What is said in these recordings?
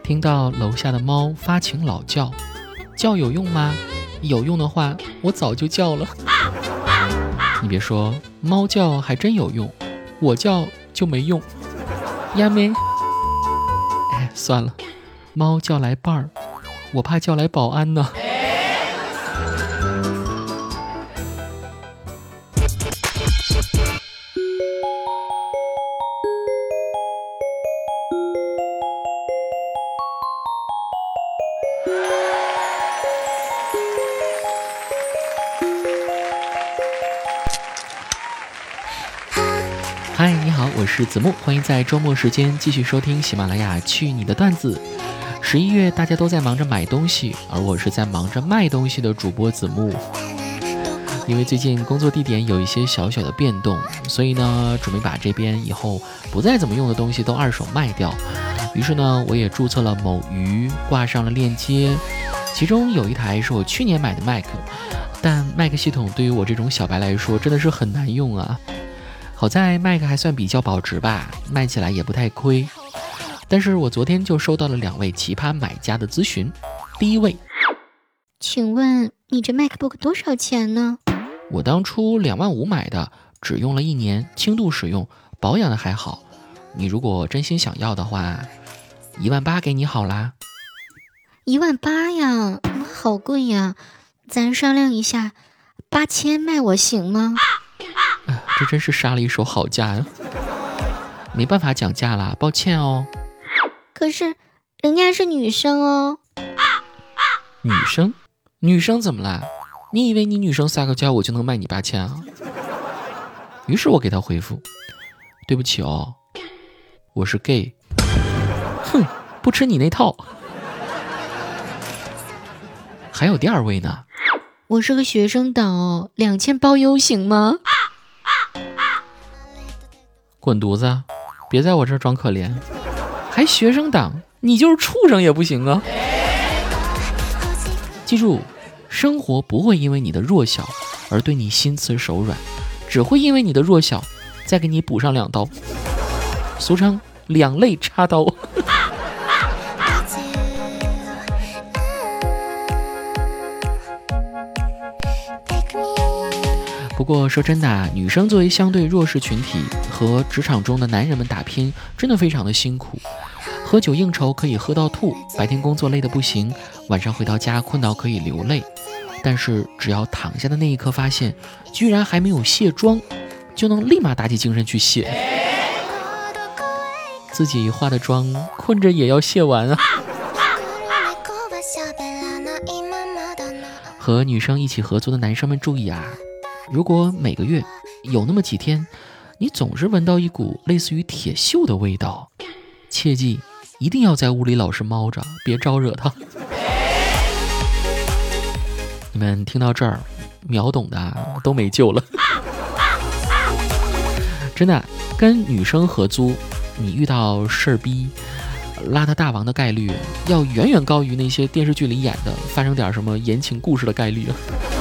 听到楼下的猫发情老叫，叫有用吗？有用的话，我早就叫了。你别说，猫叫还真有用，我叫就没用。呀咩，哎，算了，猫叫来伴儿，我怕叫来保安呢。嗨，你好，我是子木，欢迎在周末时间继续收听喜马拉雅去你的段子。11月大家都在忙着买东西，而我是在忙着卖东西的主播子木。因为最近工作地点有一些小小的变动，所以呢，准备把这边以后不再怎么用的东西都二手卖掉。于是呢，我也注册了某鱼，挂上了链接，其中有一台是我去年买的 Mac， 但 Mac 系统对于我这种小白来说真的是很难用啊。好在 Mac 还算比较保值吧，卖起来也不太亏。但是我昨天就收到了2位奇葩买家的咨询。第一位， 请问你这 MacBook 多少钱呢？ 我当初2万5买的，只用了1年，轻度使用，保养的还好。你如果真心想要的话，1万8给你好啦。 1万8呀，好贵呀，咱商量一下，8000卖我行吗？ 这真是杀了一手好价呀！没办法讲价啦，抱歉哦。 可是人家是女生哦。 女生怎么啦？你以为你女生撒个娇我就能卖你8000啊？于是我给他回复，对不起哦，我是 gay。 哼，不吃你那套。还有第2位呢， 我是个学生党哦，2000包邮行吗？ 滚犊子，别在我这儿装可怜，还学生党，你就是畜生也不行啊！记住，生活不会因为你的弱小而对你心慈手软，只会因为你的弱小再给你补上2刀，俗称2肋插刀。不过说真的啊，女生作为相对弱势群体，和职场中的男人们打拼，真的非常的辛苦。喝酒应酬可以喝到吐，白天工作累得不行，晚上回到家困到可以流泪，但是只要躺下的那一刻发现居然还没有卸妆，就能立马打起精神去卸。自己化的妆困着也要卸完啊。和女生一起合租的男生们注意啊，如果每个月有那么几天你总是闻到一股类似于铁锈的味道，切记一定要在屋里老实猫着，别招惹他。你们听到这儿秒懂的都没救了。真的，跟女生合租，你遇到事儿逼邋遢大王的概率要远远高于那些电视剧里演的发生点什么言情故事的概率。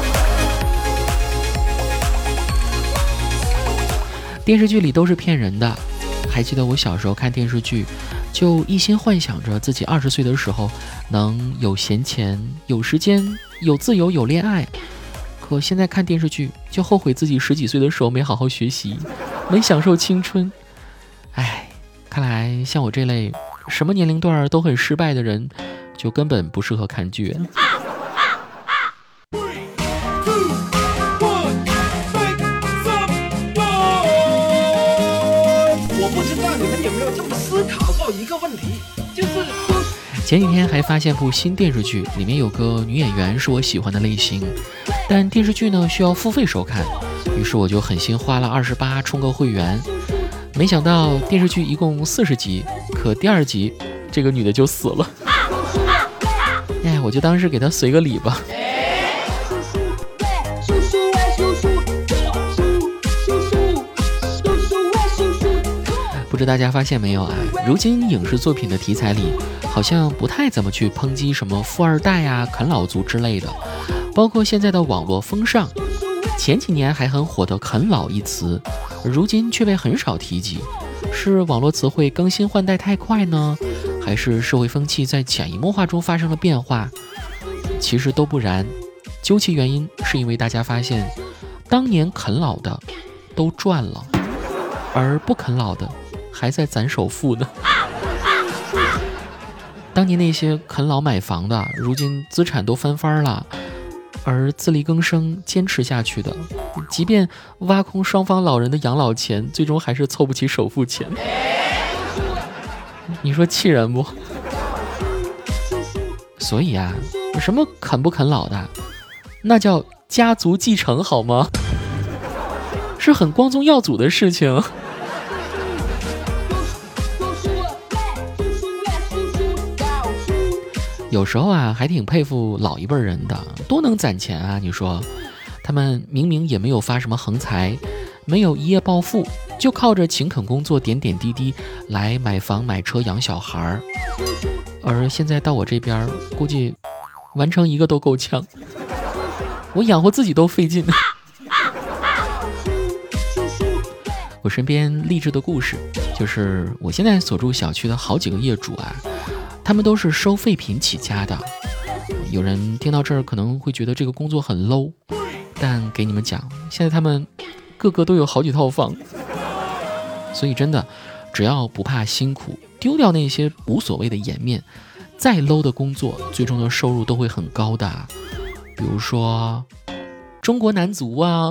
电视剧里都是骗人的，还记得我小时候看电视剧，就一心幻想着自己20岁的时候能有闲钱、有时间、有自由、有恋爱。可现在看电视剧，就后悔自己10几岁的时候没好好学习，没享受青春。哎，看来像我这类什么年龄段都很失败的人，就根本不适合看剧。 我不知道你们有没有这么思考过一个问题，就是前几天还发现部新电视剧，里面有个女演员是我喜欢的类型，但电视剧呢需要付费收看，于是我就狠心花了28充个会员。没想到电视剧一共40集，可第2集这个女的就死了。哎，我就当是给她随个礼吧。不知大家发现没有啊？如今影视作品的题材里，好像不太怎么去抨击什么富二代啊、啃老族之类的，包括现在的网络风尚，前几年还很火的啃老一词，如今却被很少提及。是网络词汇更新换代太快呢， 还是社会风气在潜移默化中发生了变化？其实都不然，究其原因，是因为大家发现，当年啃老的都赚了，而不啃老的还在攒首付呢。当年那些啃老买房的，如今资产都翻番了，而自力更生坚持下去的，即便挖空双方老人的养老钱，最终还是凑不起首付钱。你说气人不？所以啊，什么啃不啃老的，那叫家族继承好吗？是很光宗耀祖的事情。有时候啊，还挺佩服老一辈人的，多能攒钱啊！你说，他们明明也没有发什么横财，没有一夜暴富，就靠着勤恳工作点点滴滴来买房买车养小孩，而现在到我这边，估计完成一个都够呛，我养活自己都费劲。我身边励志的故事，就是我现在所住小区的好几个业主啊，他们都是收废品起家的。有人听到这儿可能会觉得这个工作很 low， 但给你们讲，现在他们个个都有好几套房。所以真的，只要不怕辛苦，丢掉那些无所谓的颜面，再 low 的工作，最终的收入都会很高的。比如说中国男足啊。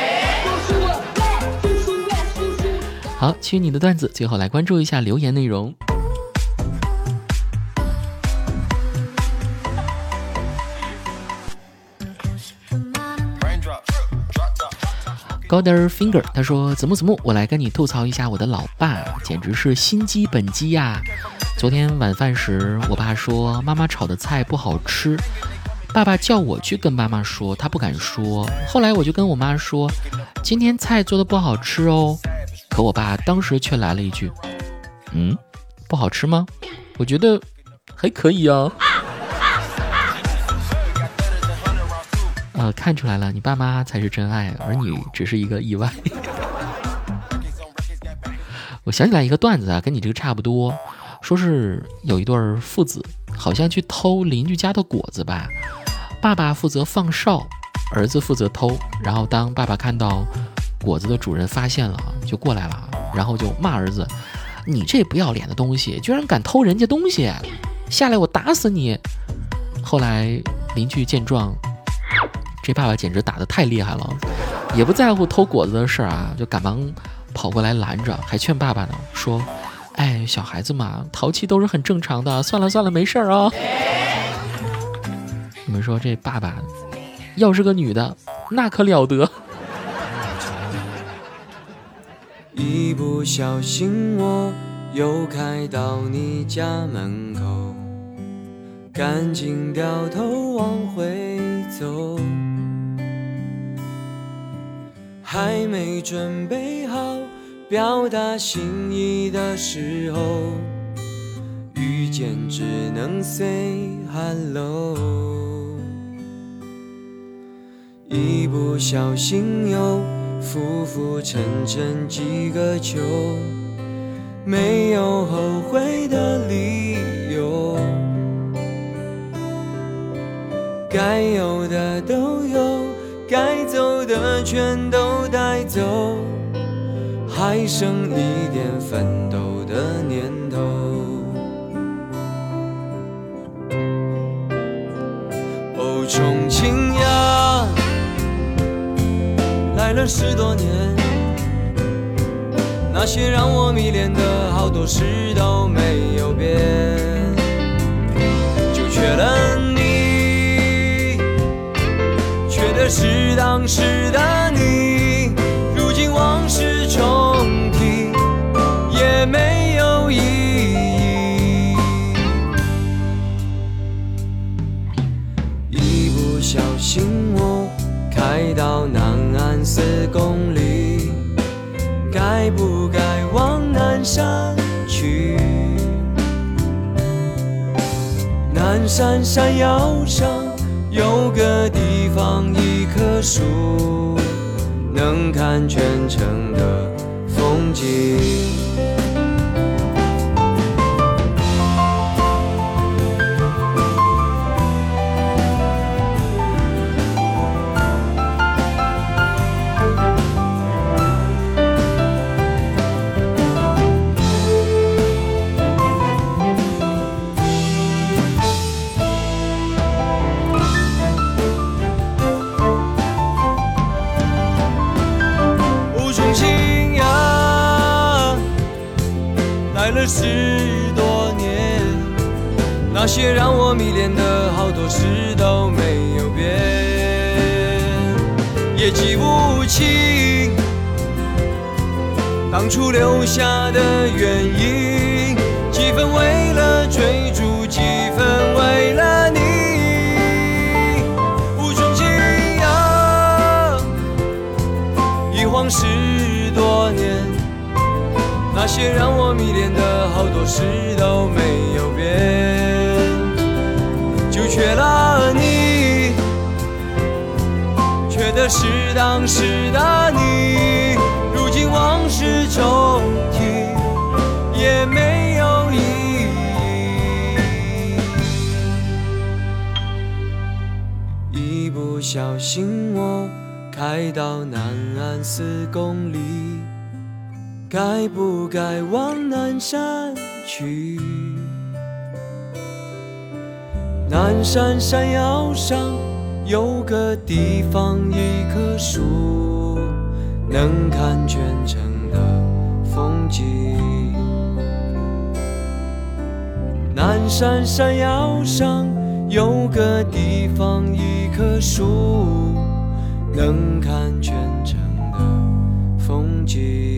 好，去你的段子，最后来关注一下留言内容。Golder Finger 他说，子木，我来跟你吐槽一下我的老爸，简直是心机本机呀。昨天晚饭时，我爸说妈妈炒的菜不好吃，爸爸叫我去跟妈妈说，他不敢说。后来我就跟我妈说，今天菜做的不好吃哦。可我爸当时却来了一句，不好吃吗？我觉得还可以啊。看出来了，你爸妈才是真爱，而你只是一个意外。我想起来一个段子啊，跟你这个差不多，说是有一对父子，好像去偷邻居家的果子吧，爸爸负责放哨，儿子负责偷，然后当爸爸看到果子的主人发现了，就过来了，然后就骂儿子，你这不要脸的东西，居然敢偷人家东西，下来我打死你。后来邻居见状，这爸爸简直打得太厉害了，也不在乎偷果子的事啊，就赶忙跑过来拦着，还劝爸爸呢，说哎，小孩子嘛，淘气都是很正常的，算了，没事啊。你们说这爸爸要是个女的，那可了得。 一不小心我又开到你家门口，赶紧掉头往回走，还没准备好表达心意的时候，遇见只能 say hello。 一不小心又浮沉几个秋，没有后悔的理由，该有的都有，该走的全都带走，还剩一点奋斗的念头。哦，重庆呀，来了10多年，那些让我迷恋的好多事都没有变，就缺了你，缺的是当时的你，如今往事重提也没有意义。一不小心我开到南岸4公里，该不该往南山去？南山山腰上有个地方，一棵树，能看全城的风景。 快乐10多年，那些让我迷恋的好多事都没有变，也记不清当初留下的原因，几分为了追逐，几分为了你，无穷尽呀，一晃10多年，那些让我迷恋的好多事都没有变，就缺了你，缺的是当时的你，如今往事重提也没有意义。一不小心我开到南岸4公里，该不该往南山去？南山山腰上有个地方，一棵树，能看全城的风景。南山山腰上有个地方，一棵树，能看全城的风景。